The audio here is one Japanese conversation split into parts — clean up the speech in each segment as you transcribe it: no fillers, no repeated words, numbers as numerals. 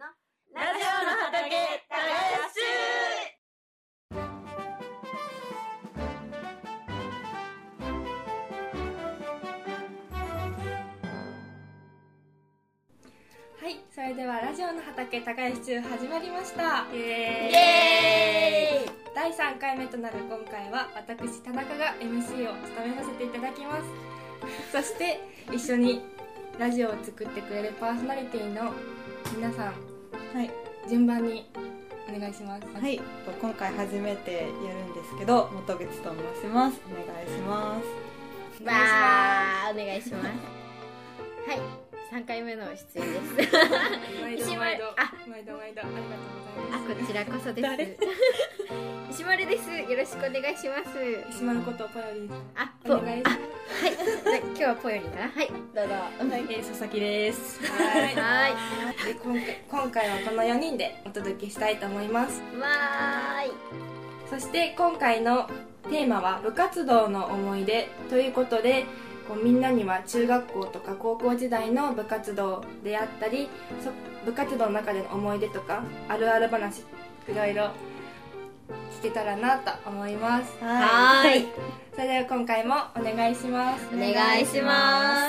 のラジオの畑耕しはい、それではラジオの畑耕し中始まりました。 イエーイ。 第3回目となる今回は私田中が MC を務めさせていただきます。そして一緒にラジオを作ってくれるパーソナリティの皆さん、はい、順番にお願いします。 はい、今回初めてやるんですけど、本口と申します。お願いします。 お願いします。はい、3回目の出演です。 毎度ありがとうございます。 こちらこそです。石丸です。よろしくお願いします。 石丸ことぽよりです。 お願いします。はい、今日はぽよりかな。はい、どうぞ。 佐々木です。で今回はこの4人でお届けしたいと思います。 わーい。 そして今回のテーマは部活動の思い出ということで、みんなには中学校とか高校時代の部活動であったり、部活動の中での思い出とかあるある話、いろいろ聞けたらなと思います。 はい。 それでは今回もお願いします。 お願いします。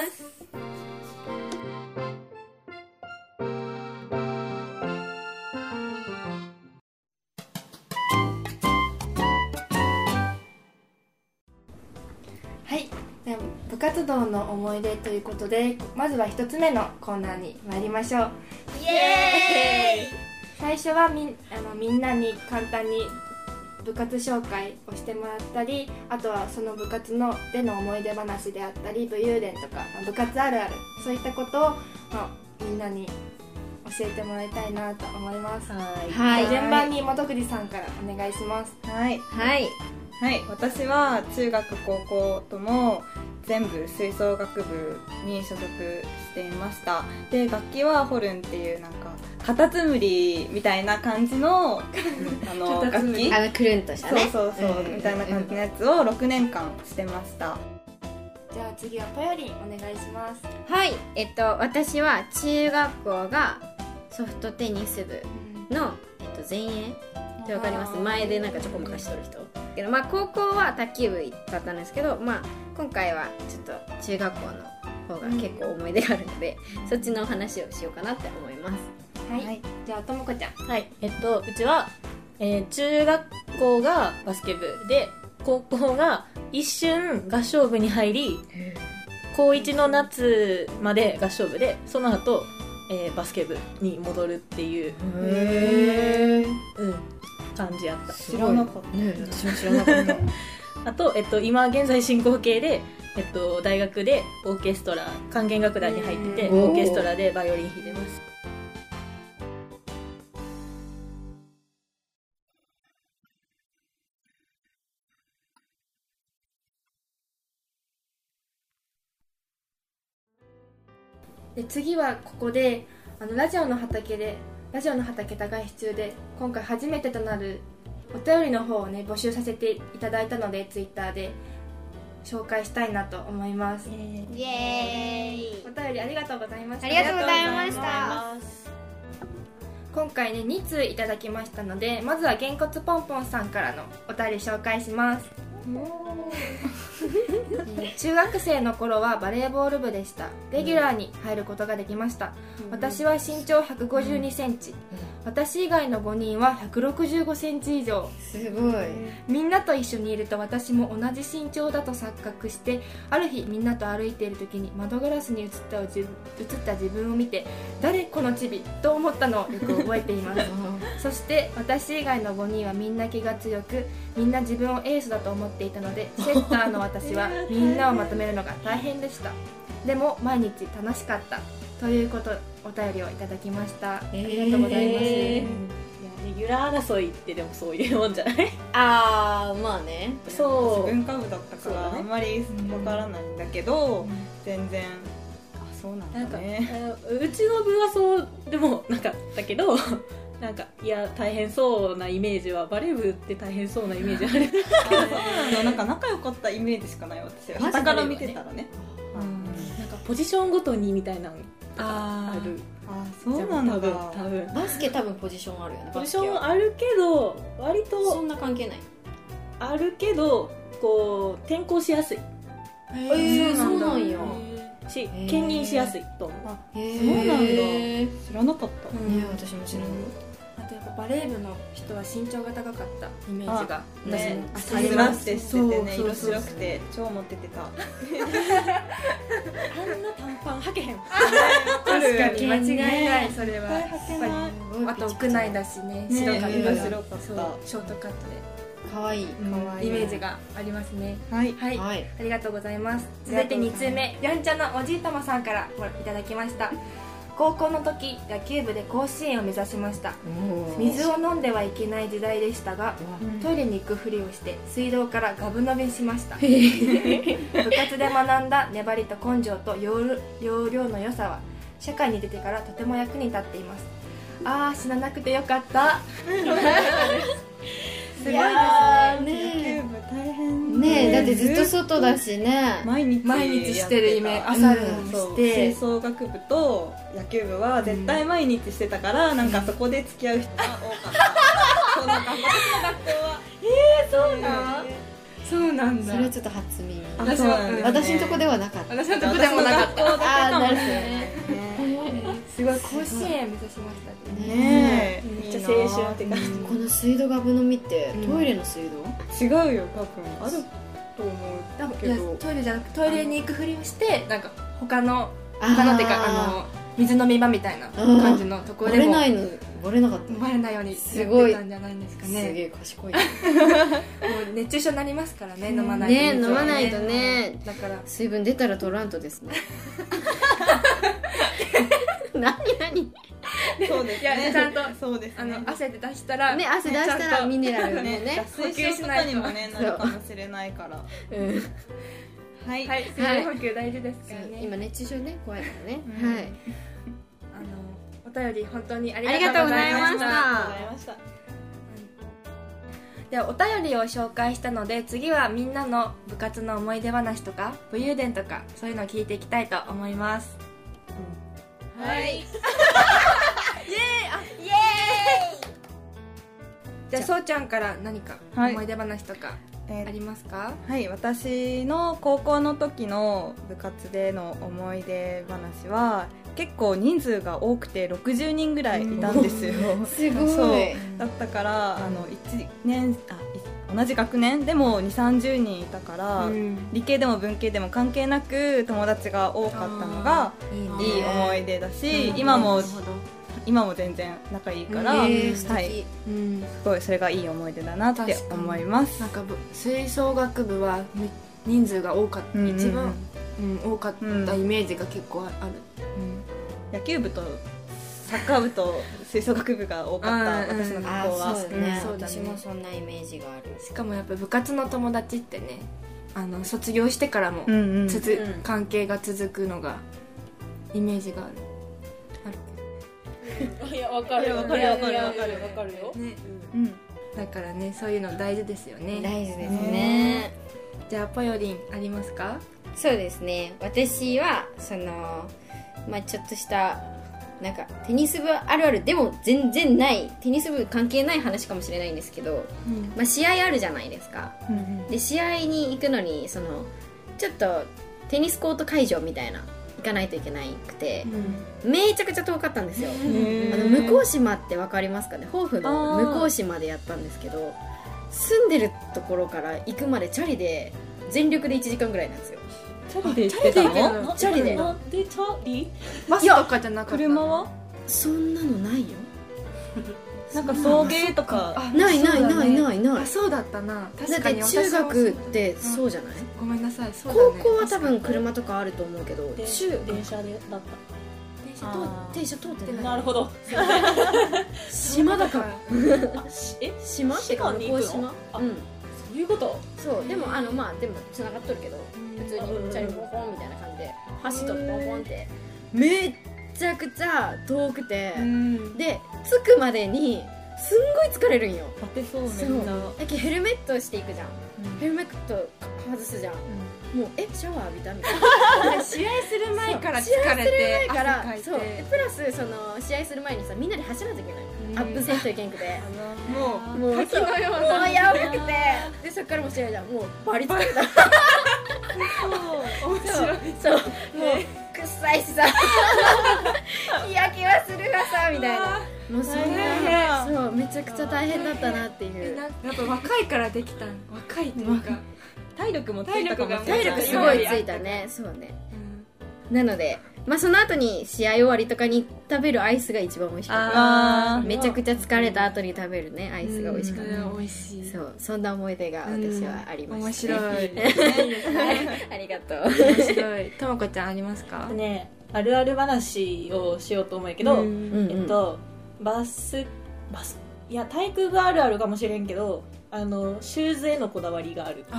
はい。では部活動の思い出ということで、まずは一つ目のコーナーに参りましょう。 イエーイ。 最初はみんなに簡単に部活紹介をしてもらったり、あとはその部活での思い出話であったり、武勇伝とか部活あるある、そういったことを、みんなに教えてもらいたいなと思います。 はい。 順番に本口さんからお願いします。 はいはいはい、私は中学高校とも全部吹奏楽部に所属していました。で、楽器はホルンっていうなんかカタツムリみたいな感じの楽器、 くるんとしたね、 そうみたいな感じのやつを6年間してました。 じゃあ次はぽよりんお願いします。 はい、私は中学校がソフトテニス部の、前衛ってわかります？前でなんかちょこまかしとる人けど、高校は卓球部だったんですけど、今回はちょっと中学校の方が結構思い出があるので、そっちの話をしようかなって思います。 はい、じゃあともこちゃん。 はい、うちは、中学校がバスケ部で、高校が一瞬合唱部に入り、高1の夏まで合唱部で、その後、バスケ部に戻るっていう感じやった。 知らなかった。 私も知らなかったあと、今現在進行形で、大学でオーケストラ管弦楽団に入ってて、オーケストラでバイオリン弾いてます。 で次はここでラジオの畑耕し中で今回初めてとなるお便りの方をね募集させていただいたので、ツイッターで紹介したいなと思います。 イエーイ。 お便りありがとうございました。 ありがとうございました。 今回ね2通いただきましたので、まずはげんこつぽんぽんさんからのお便り紹介します。中学生の頃はバレーボール部でした。レギュラーに入ることができました。私は身長152センチ、私以外の5人は165センチ以上。 すごい。 みんなと一緒にいると私も同じ身長だと錯覚して、ある日みんなと歩いている時に窓ガラスに映った自分を見て、誰このチビと思ったのをよく覚えていますそして私以外の5人はみんな気が強く、みんな自分をエースだと思っていたので、セッターの私はみんなをまとめるのが大変でした。でも毎日楽しかったというお便りをいただきました。ありがとうございます。 レギュラー争いってでもそういうもんじゃない？ まあね。 そう。 文化部だったから、あんまりわからないんだけど、全然そうなんだね。 うちの部はそうでもなかったけど、なんかいや大変そうなイメージは、バレー部って大変そうなイメージある。 なんか仲良かったイメージしかない、私は。傍から見てたらね。 なんかポジションごとにみたいなのあるあそうなんだ。 多分バスケ多分ポジションあるよね。 ポジションバスケはあるけど割そとんな関係ない。 あるけどこう転校しやすいそうなんや。 し兼任しやすいと思う。 そうなんだ。知らなかった。 私も知らない。 あとやっぱバレー部の人は身長が高かったイメージがね、 私もありましてしててね、色そうそうそう白くて超モテてた。 あんな短パン履けへん。 確かに間違いないねそれは絶対履けないやっぱりあと屋内だしね白かった色ら白かったそうショートカット可愛い。 で可愛いイメージがありますねはい。 はい、 はい。 ありがとうございます。続いて2通目、やんちゃのおじいたまさんからいただきました。高校の時野球部で甲子園を目指しました。水を飲んではいけない時代でしたが、トイレに行くふりをして水道からガブ飲みしました。部活で学んだ粘りと根性と要領の良さは社会に出てからとても役に立っています。あー死ななくてよかった。すごいですね。 野球部大変ねえ、だってずっと外だしね。 毎日してるイメージ、朝ルンそうして吹奏楽部と野球部は絶対毎日してたから、なんかそこで付き合う人が多かった。そうなんか私の学校はそうなんそうなんだ。 それはちょっと初耳。 あそうなんですね私のとこではなかった。 私のとこでもなかった。 あーなるほどね。 すごい甲子園目指しましたってね。 ねえめっちゃ青春って感じ。 この水道ガブ飲みってトイレの水道？ 違うよ多分あると思うけいやど、 トイレじゃなくトイレに行くふりをしてなんか他のあーっていうか水飲み場みたいな感じのところでもバレないのバレなかった。 バレないようにやすごいってたんじゃないんですかすね。 げえ賢い。 もう熱中症になりますからね、飲まないとね飲まないとね。 だから水分出たら取らんとですね。何そうですいやねちゃんとそうですね汗で出したらね汗出したらミネラルもねね。 脱水症とかにもねなるかもしれないからうんはいはい、水分補給大事ですからね。 今熱中症ね怖いからね。 うんはい。 お便り本当にありありがとうごがとうございざいまし。 ましたた。 ありがとうございました。 ではお便りを紹介したので次はみんなの部活の思い出話とか武勇伝とかそういうのを聞いていきたいと思います。 はいイエーイじゃあそうちゃんから何かはい思い出話とかありますか？ はい、私の高校の時の部活での思い出話は結構人数が多くて60人ぐらいいたんですよ。 すごい。 そうだったから同じ学年でも 2,30 人いたから、理系でも文系でも関係なく友達が多かったのがいい思い出だし、今も全然仲いいから、 素はい、 敵。 うんすごいそれがいい思い出だなって思います。 なんか吹奏楽部は人数が多かった、一番、多かったイメージが結構ある、 野球部とサッカー部と吹奏楽部が多かった私の学校は。 そうね。 そうだね私もそんなイメージがある。 しかもやっぱ部活の友達ってね卒業してからもうん関係が続くのがイメージがあるいやわかるわかるわかるわかるわかるよ。 ね、 うんだからねそういうの大事ですよね。 大事ですね。 じゃあぽよりんありますか？ そうですね。私はちょっとしたなんかテニス部あるあるでも全然ないテニス部関係ない話かもしれないんですけど、試合あるじゃないですか。で試合に行くのにちょっとテニスコート会場みたいな行かないといけなくて、めちゃくちゃ遠かったんですよ。向島って分かりますかね。抱負の向島でやったんですけど、住んでるところから行くまでチャリで全力で1時間ぐらいなんですよ。 チャリで行ってたの？ チャリでなんでチャリ？ バスとかじゃなかった車はそんなのないよ。 なんか送迎とかないないないいないない。 そうだったな。 だ確かにって中学ってそうじゃない？ ごめんなさい。そうだね。 高校は多分車とかあると思うけど、 電車でだっ電車通ってた。 ない。 なるほど。 島だから。 え島ってか向こう島。 あうん。 そういうこと？ そうでもでも繋がっとるけど、普通にチャリポンポンみたいな感じで橋とポンポンってめっちゃくちゃ遠くて、で着くまでにすんごい疲れるんよ。 バテそうめそうんな。 だけどヘルメットしていくじゃん、ヘルメット外すじゃん、 もうシャワー浴びたみたいな試合する前から疲れ試合するて前から汗かいてそうでプラスその試合する前にさみんなで走らなきゃいけないの、アップせんといけんくてもう滝のようなもうやばくてでそっからもう試合じゃんもうバリ疲れた面白いそうもう臭いしさ日焼けはするわさみたいなもうそれがそうめちゃくちゃ大変だったなっていうやっぱ若いからできた若いっていうか体力もついたかもしれない。 体力すごいついたねそうね、なのでその後に試合終わりとかに食べるアイスが一番美味しかっためちゃくちゃ疲れた後に食べるねアイスが美味しかった、 美味しいそうそんな思い出が私はありました、 面白いありがとう面白いともこちゃんありますかねあるある話をしようと思うけど、いや体育があるあるかもしれんけどシューズへのこだわりがあるっていう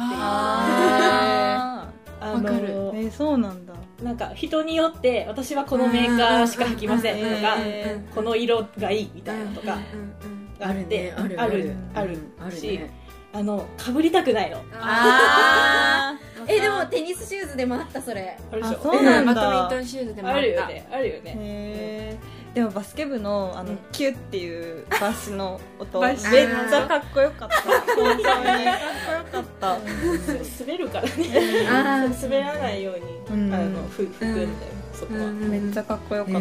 わかるそうなんだ。 なんか人によって私はこのメーカーしか履きませんとか、この色がいいみたいなとかがあってあるしかぶりたくないの。 でもテニスシューズでもあったそれあるでしょ。 そうなんだ。 バドミントンシューズでもあったあるよねあるよね。 でもバスケ部のキュッっていうバスの音バめっちシッゃかっこよかった。本当にかっこよかった。 滑るからね滑らないように吹くんだよそこは。 めっちゃかっこよかった。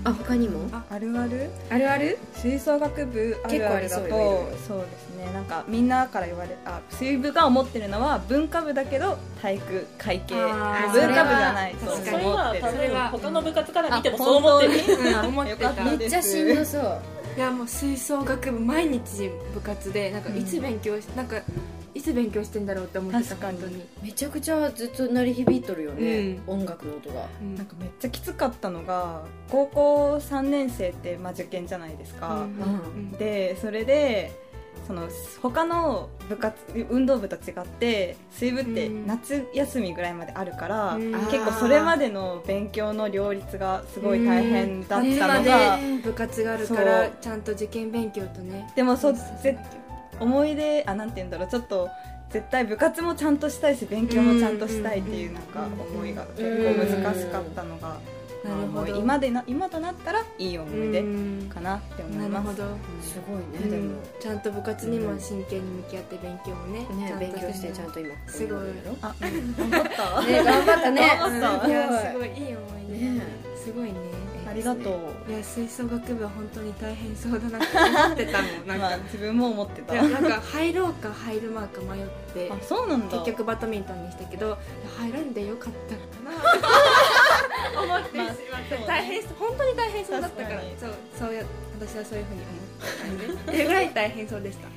他にもあるあるあるある吹奏楽部あるあるだと結構ありそうよそうですねなんかみんなから言われ水部が思ってるのは文化部だけど体育会系文化部じゃないと思ってる。 それは多それは分他の部活から見てもそう思ってる。 思ってためっちゃしんどそういやもう吹奏楽部毎日部活でなんかいつ勉強してんだろうって思ってた。 確かに本当にめちゃくちゃずっと鳴り響いとるよね、音楽の音がなんかめっちゃきつかったのが高校3年生って受験じゃないですか、でそれでその他の部活運動部と違って水部って夏休みぐらいまであるから、結構それまでの勉強の両立がすごい大変だったのが、 部活があるからちゃんと受験勉強とねでも思い出なんて言うんだろうちょっと絶対部活もちゃんとしたいし勉強もちゃんとしたいっていうなんか思いが結構難しかったのが今となったらいい思い出かなって思います。 なるほどすごいねでもちゃんと部活にも真剣に向き合って勉強もね勉強してちゃんと今すごい頑張ったね頑張ったねいやすごいいい思い出すごいねありがとう。 いや吹奏楽部は本当に大変そうだなって思ってたもんなんか自分も思ってた。 いやなんか入ろうか入るまいか迷ってそうなんだ。 結局バドミントンにしたけど入らんでよかったかな思ってしまって大変本当に大変そうだったからそう私はそういうふうに思ったっていうぐらい大変そうでした。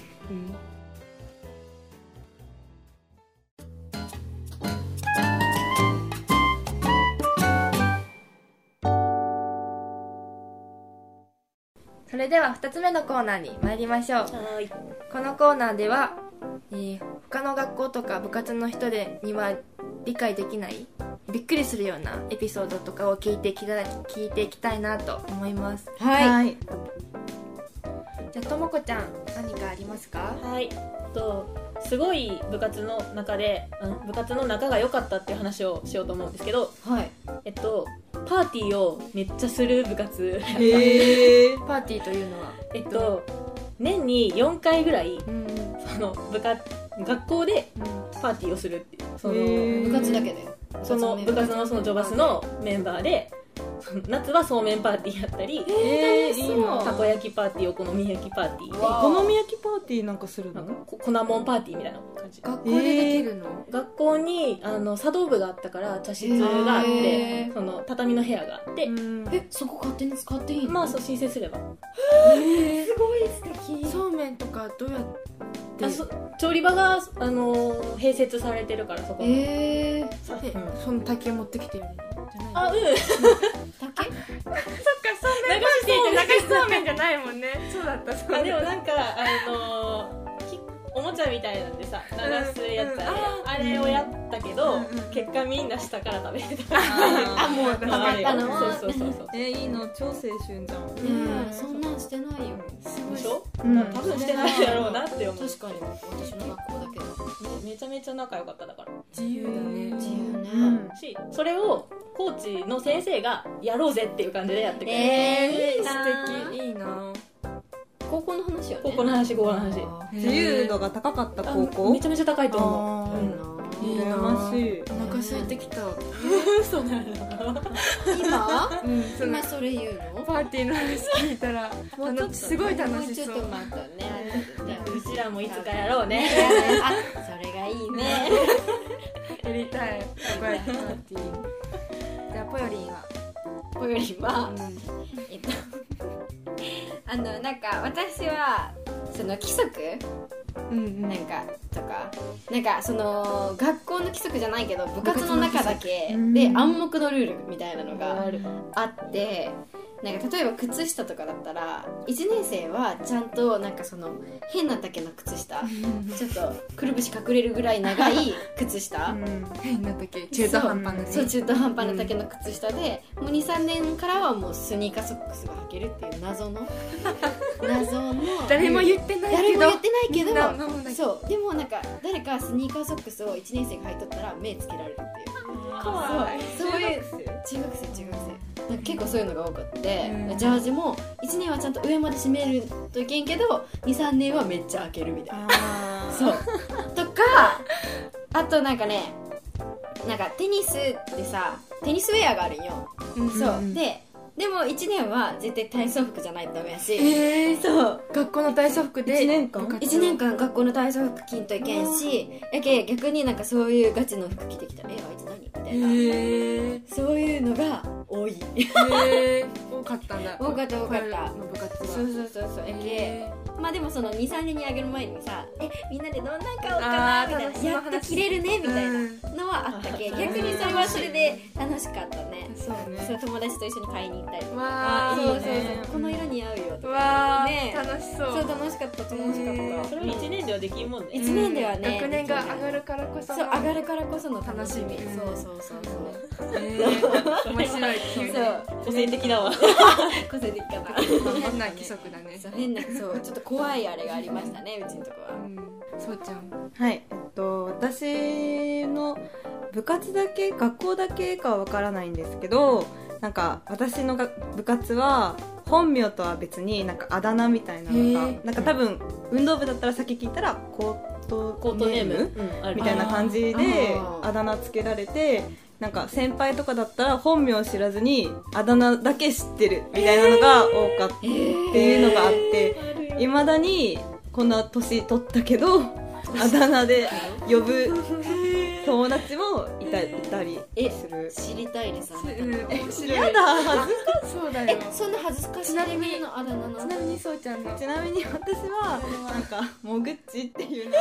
それでは2つ目のコーナーに参りましょう。このコーナーでは、他の学校とか部活の人には理解できないびっくりするようなエピソードとかを聞いていきたいなと思います。 はい、 じゃあともこちゃん何かありますか？ はいすごい部活の中で部活の仲が良かったっていう話をしようと思うんですけど、パーティーをめっちゃする部活。 パーティーというのは年に4回ぐらい、その学校でパーティーをするっていうその部活だけでその部活のそのジョバスのメンバーで夏はそうめんパーティーやったり、 いいな。 たこ焼きパーティーお好み焼きパーティーお好み焼きパーティーなんかするの？ 粉もんパーティーみたいな感じ。 学校でできるの？ 学校に茶道部があったから茶室があってその畳の部屋があってそこ勝手に使っていいの？ そう申請すれば。 すごい素敵。 そうめんとかどうやって調理場が併設されてるからそこその竹持ってきてるのじゃないの？ 竹？ そっかそうめんパーティーって流しそうめんじゃないもんね。そうだったそうだった。 でもなんかおもちゃみたいなんでさ流すやつあれをやったけど結果みんな下から食べてた。 もうそういいの超青春じゃん。 そんなんしてないよ。 でしょ？多分してないだろうなって思う。 確かに私の学校だけどめちゃめちゃ仲良かっただから。 自由だね。 自由ね、 しそれをコーチの先生がやろうぜっていう感じでやってくれる、 いいな素敵。いいな。 高校の話よね。 高校の話自由度が高かった高校。 めちゃめちゃ高いと思う。 いいな羨ましい。 お腹空いてきた。 そうなの。 今その今それ言うの？ パーティーの話聞いたらすごい楽しそう。 もうちょっと待ったね。 うちらもいつかやろうね。 あ、それがいいね。 やりたい。パーティー。じゃあポヨリンは。 ポヨリンは、なんか私はその規則なんかとかなんかその学校の規則じゃないけど部活の中だけで暗黙のルールみたいなのがあって、なんか例えば靴下とかだったら1年生はちゃんとなんかその変な丈の靴下ちょっとくるぶし隠れるぐらい長い靴下変な丈、中途半端なね。 そう中途半端な丈の靴下で、もう 2,3 年からはもうスニーカーソックスが履けるっていう謎の誰も言ってないけど、 そうでもなんか誰かスニーカーソックスを1年生が履いとったら目つけられるっていう、そういう中学生なんか結構そういうのが多くって、ジャージも1年はちゃんと上まで締めるといけんけど 2,3 年はめっちゃ開けるみたいなそうとか、あとなんかね、なんかテニスってさテニスウェアがあるんよ、そうでも1年は絶対体操服じゃないとダメやし、そう学校の体操服で 1年間学校の体操服着んといけんし、やけ逆になんかそういうガチの服着てきたらあいつ何みたいな、そういうのが多い多かったんだ。 多かったの部活は。 そうやけまあでもその 2,3 年にあげる前にさみんなでどんなん買おうかなみたいな、やっと着れるねみたいなのはあったけ、逆にそれはそれで楽しかったね。そう友達と一緒に買いに行ったりとか、 わー、 そうこの色似合うよとかわー、 ね、 楽しそう。 そう楽しかったそれは1年ではできんもんね。 1年ではね、 学年が上がるからこそそう上がるからこその楽しみ、そう面白い。 個性的だわ。 個性的かな。 変な規則だね。 そう変なそうちょっと怖いあれがありましたね、うちのとこは。 そうちゃん。 はい、私の部活だけ学校だけかはわからないんですけど、なんか私の部活は本名とは別になんかあだ名みたいなのがなんか多分運動部だったら先聞いたらコートネームみたいな感じであだ名つけられて、なんか先輩とかだったら本名を知らずにあだ名だけ知ってるみたいなのが多かったっていうのがあって、いまだにこんな年取ったけどあだ名で呼ぶ友達もいたりする。 知りたいです。 やだ恥ずかしそうだよ。 そんな恥ずかしいレベルのあだ名なの？ ちなみにそうちゃんの。 ちなみに私はなんかもぐっちっていうの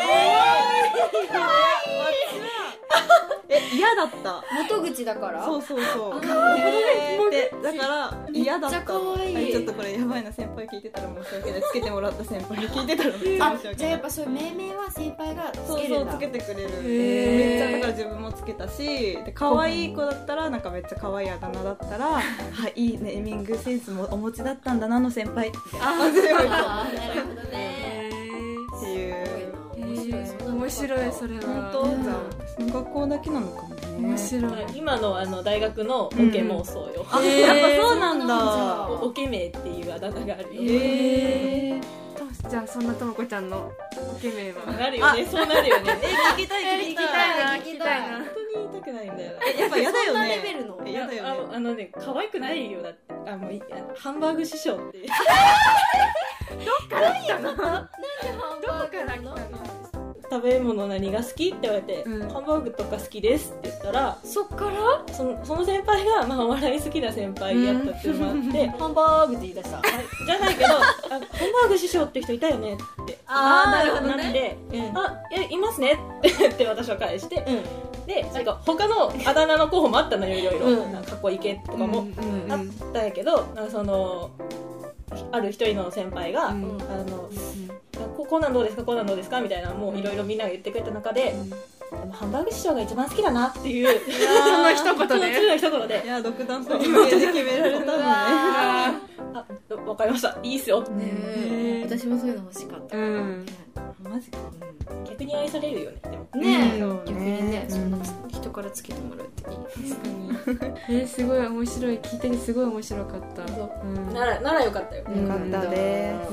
嫌だった。 元口だから。 そうでだから嫌だった。 めっちゃ可愛い。 ちょっとこれやばいな、先輩聞いてたら申し訳ない。つけてもらった先輩に聞いてたら申し訳ない。 じゃあやっぱそういう命名は先輩がつけるんだ。 そうつけてくれる。めっちゃだから自分もつけたし、で可愛い子だったらなんかめっちゃ可愛いあだ名だったらいいネーミングセンスもお持ちだったんだなの先輩ってなるほどね。 っていう。 面白い。それは本当学校だけなのかもね。 面白い。 今の大学のオケもそうよ。 やっぱそうなんだ。 オケ名っていうあだ名があるよ。 じゃあそんなともこちゃんのオケ名はなるよね。そうなるよね。 聞きたい聞きたいな。 本当に言いたくないんだよな。 やっぱ嫌だよね。 そんなレベルの。 嫌だよね。 ね可愛くないよだって。もうハンバーグ師匠って。 どっから来たの？ なんでハンバーグなの？ 食べ物何が好きって言われて、ハンバーグとか好きですって言ったら、 そっからその先輩が、お笑い好きな先輩やったっていうのもあって、 ハンバーグって言い出した。 じゃないけどハンバーグ師匠って人いたよねってなるほどなって、いますねって私は返して、でなんか他のあだ名の候補もあったのよ、いろいろ、なんかかっこいい系とかもあったんやけど、なんかそのある一人の先輩が、こんなんどうですかこんなんどうですかみたいな、もういろいろみんなが言ってくれた中で、でもハンバーグ師匠が一番好きだなっていうその一言でその一言で、 いや独断と決められたのね。 わかりました、いいっすよ。 私もそういうの欲しかった。 マジか。 結逆に愛されるよね。でもねえ、 そうね逆にね、そんな人からつけてもらうっていい。 すごい面白い、聞いててすごい面白かった。 そううんならよかったよ。 よかったでうん、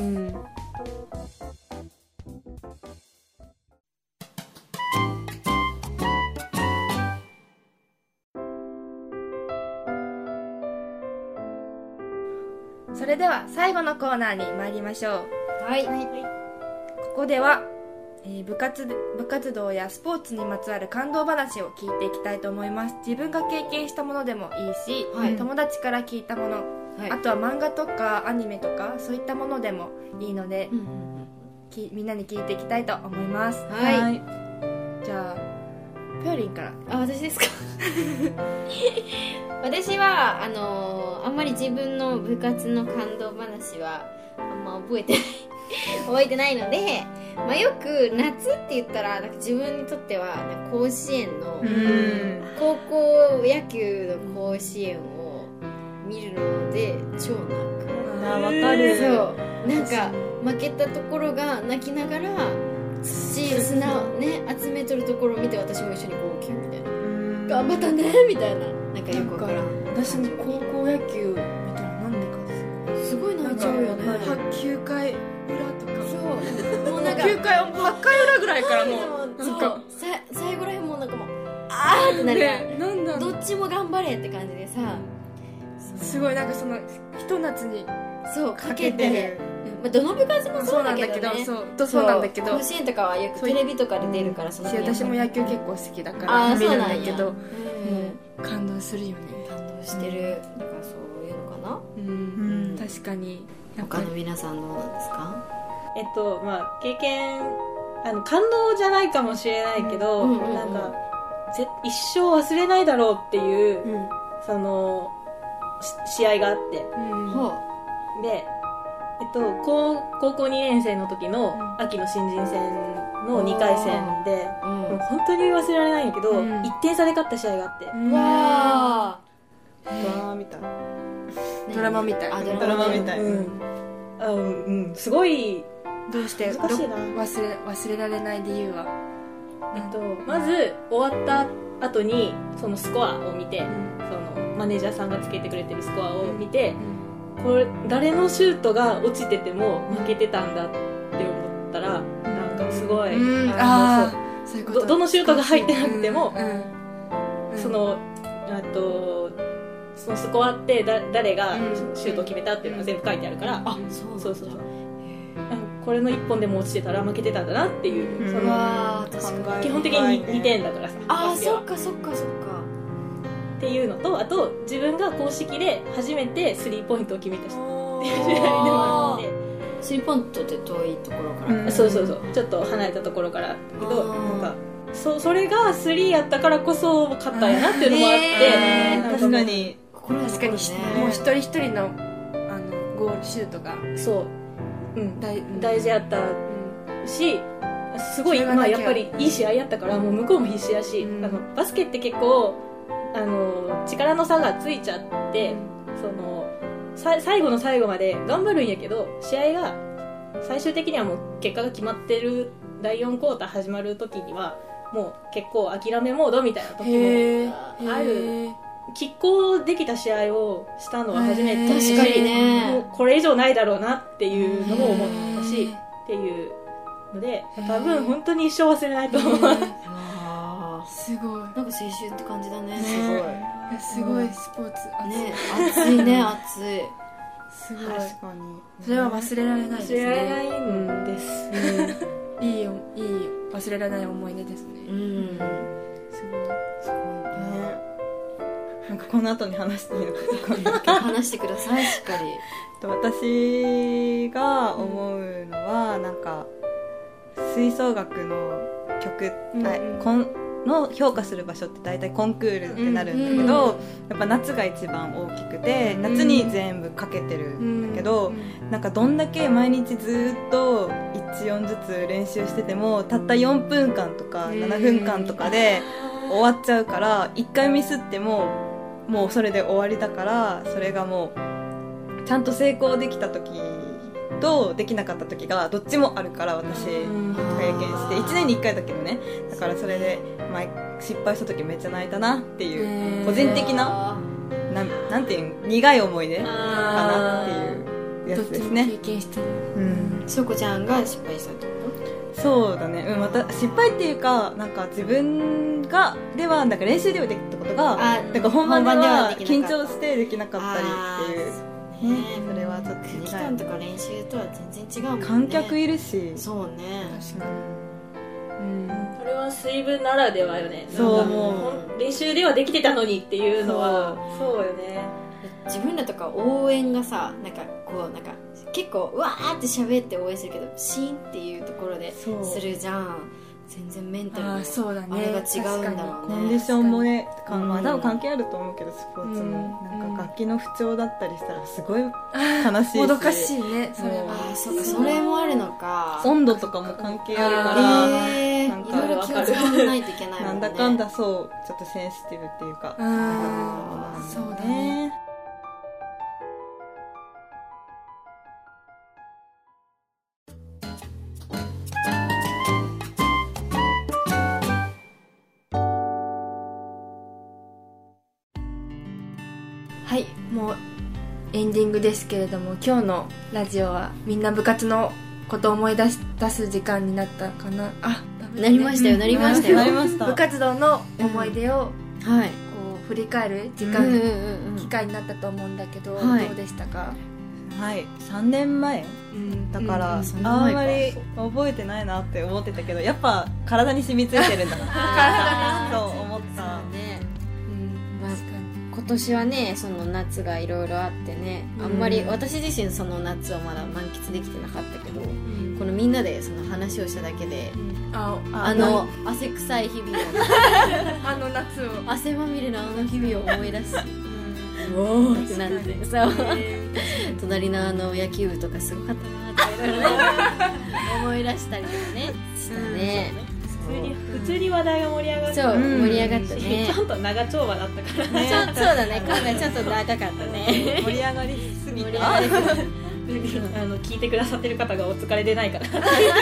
それでは最後のコーナーに参りましょう。 はい、 ここでは、部活動やスポーツにまつわる感動話を聞いていきたいと思います。自分が経験したものでもいいし、 はい友達から聞いたもの、 はい、 あとは漫画とかアニメとかそういったものでもいいので、 うんうんみんなに聞いていきたいと思います。 うん、はい、 はいじゃあぴょんりんから。 あ、私ですか。私はあんまり自分の部活の感動話はあんま覚えてないので、まあ、よく夏って言ったらなんか自分にとってはなんか甲子園の高校野球の甲子園を見るので超泣く。 あ、わかる。 そうなんか負けたところが泣きながら砂をね集めとるところを見て私も一緒に号泣みたいな、頑張ったねみたいな、なんかよくわからん。 私も高校野球見たらなんでかすごい泣いちゃうよね。 9回裏とか、 そうもうなんか 9回8回裏ぐらいからもうそうなんか最後らへんもうなんかもうあーってなるやん、 ね、なんだろう、 どっちも頑張れって感じでさ、 すごいなんかそのひと夏にそうかけかけてて、まあ、どの部活もそうだけどね、 そうなんだけど甲子園とかはよくテレビとかで出るから、その私も野球結構好きだかあーら見るんだそうなんやけど、 うんもう感動するよね。 感動してる、だからそういうのかな。 うん、確かに。 他の皆さんどうなんですか？ まあ経験感動じゃないかもしれないけど、 うんうんうんうんなんか一生忘れないだろうっていう、その試合があって、 ほで高校2年生の時の秋の新人戦の2回戦で、 う、 もう本当に忘れられないんだけど、 うん 1点差で勝った試合があって、 うん、わドラマみたい。 ードラマみたいあドラマみたい。 すごいどうして難しいな。 忘れられない理由は？ まず終わった後にそのスコアを見て、そのマネージャーさんがつけてくれてるスコアを見て、これ誰のシュートが落ちてても負けてたんだって思ったら、なんかすごい、 そういうことどのシュートが入ってなくても、 うんそのそのスコアって誰がシュートを決めたっていうのが全部書いてあるから、 あ、そうそうこれの1本でも落ちてたら負けてたんだなっていう、そのわー、確かに基本的に2点だからさ、 あー、 バスケはそっかそっかそっか。 っていうのと、あと自分が公式で初めてスリーポイントを決めた人っていう試合でもあって、 スリーポイントって遠いところから、 そうちょっと離れたところからだけど、 あーなんかそれがスリーやったからこそ勝ったんやなっていうのもあって、なん確かに。 確かにもう一人一人のゴールシュートがそう、大事やったし、すごい、 それがだけはやっぱりいい試合やったから、もう向こうも必死やし、バスケって結構力の差がついちゃって、その最後の最後まで頑張るんやけど、試合が最終的にはもう結果が決まってる第4クォーター始まる時にはもう結構諦めモードみたいな時もある。拮抗できた試合をしたのは初めてだし、 確かにね、 もうこれ以上ないだろうなっていうのも思ったしっていうので、多分本当に一生忘れないと思う。 すごい、 なんか青春って感じだね。 すごいスポーツね、熱いね、熱い。 すごい、 確かに。 それは忘れられないですね。 忘れられないんです、 いい忘れられない思い出ですね。 うん、 すごいなんかこの後に話していいのか分かんないけど、 話してください、しっかり。 私が思うのは、なんか吹奏楽の曲の評価する場所って大体コンクールってなるんだけど、やっぱ夏が一番大きくて、夏に全部かけてるんだけど、なんかどんだけ毎日ずっと1音ずつ練習してても、たった4分間とか7分間とかで終わっちゃうから、1回ミスってもうそれで終わりだから、それがもうちゃんと成功できた時ととできなかった時がどっちもあるから私経験して1年に1回だけどね。だからそれで失敗した時めっちゃ泣いたなっていう個人的ななんていう苦い思い出かなっていうやつですね。 経験してる。 しょこちゃんが失敗したってこと？ そうだね、また失敗っていうかなんか自分がではなんか練習ではできたことがなんか本番では緊張してできなかったりっていう、それはちょっと空気感とか練習とは全然違うもんね。 観客いるし、 そうね、 確かに。 これは水分ならではよね。 そうなんかもう練習ではできてたのにっていうのはそうよね。 自分らとか応援がさ、なんかこうなんか結構うわーって喋って応援するけどシーンっていうところでするじゃん。全然メンタルのそうだね、 あれが違うんだろうね。 コンディションもね、多分関係あると思うけどスポーツもなんか楽器の不調だったりしたらすごい悲しいしもどかしいね。それはそうか、それもあるのか。 温度とかも関係あるからなんかいろいろ気を使わないといけないもんね。 なんだかんだそうちょっとセンシティブっていうかそうだね。はい、もうエンディングですけれども、今日のラジオはみんな部活のことを思い出す時間になったかな。 なりましたよ、なりましたよ。 部活動の思い出をはい、 こう振り返る時間、機会になったと思うんだけど、どうでしたか？ はい、3年前だからあんまり覚えてないなって思ってたけど、やっぱ体に染みついてるんだな体にそう思ったね。今年はね、その夏がいろいろあってね、あんまり私自身その夏をまだ満喫できてなかったけど、このみんなでその話をしただけで、汗臭い日々をあの夏を汗まみれのあの日々を思い出しおーってなってそう隣の野球部とかすごかったなっていろいろ思い出したりとかねしたね。 普通に話題が盛り上がった。 そう、盛り上がったね。 ちゃんと長丁場だったからね。 そうだね、今回ちょっと長かったね。 盛り上がりすぎた聞いてくださってる方がお疲れでないから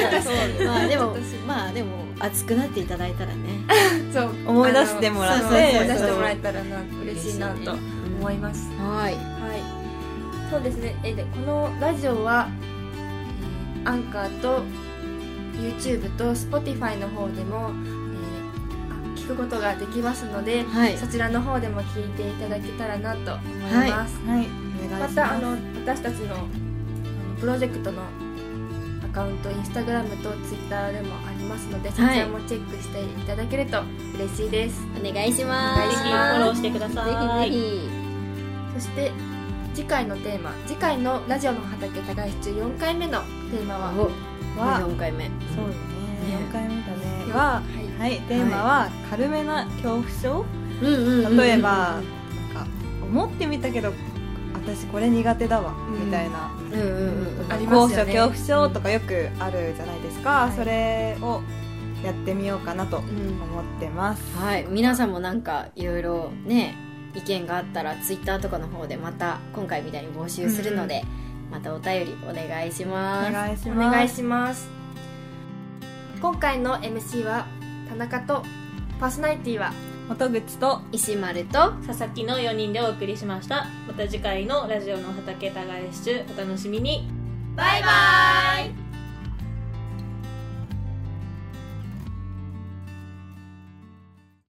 まあでも熱くなっていただいたらね、 そう思い出してもらって思い出してもらえたら嬉しいなと思います。 はい、 そうですね。でこのラジオはアンカーと YouTube と Spotify の方でも、聞くことができますので、そちらの方でも聞いていただけたらなと思います。また私たちのプロジェクトのアカウント Instagram と Twitter でもありますので、そちらもチェックしていただけると嬉しいです。 お願いします。 ぜひフォローしてください。 ぜひぜひ。 そして次回のラジオの畑耕し中4回目のテーマは 4回目。 そうだね、4回目だね。はい、テーマは軽めな恐怖症。例えばなんか思ってみたけど私これ苦手だわみたいな、高所恐怖症とかよくあるじゃないですか。それをやってみようかなと思ってます。 はい、皆さんもなんかいろいろね意見があったらツイッターとかの方でまた今回みたいに募集するので、またお便りお願いします。 お願いします。今回の MC は田中と、パーソナリティは本口と石丸と佐々木の4人でお送りしました。また次回のラジオの畑耕し中お楽しみに。 バイバイ。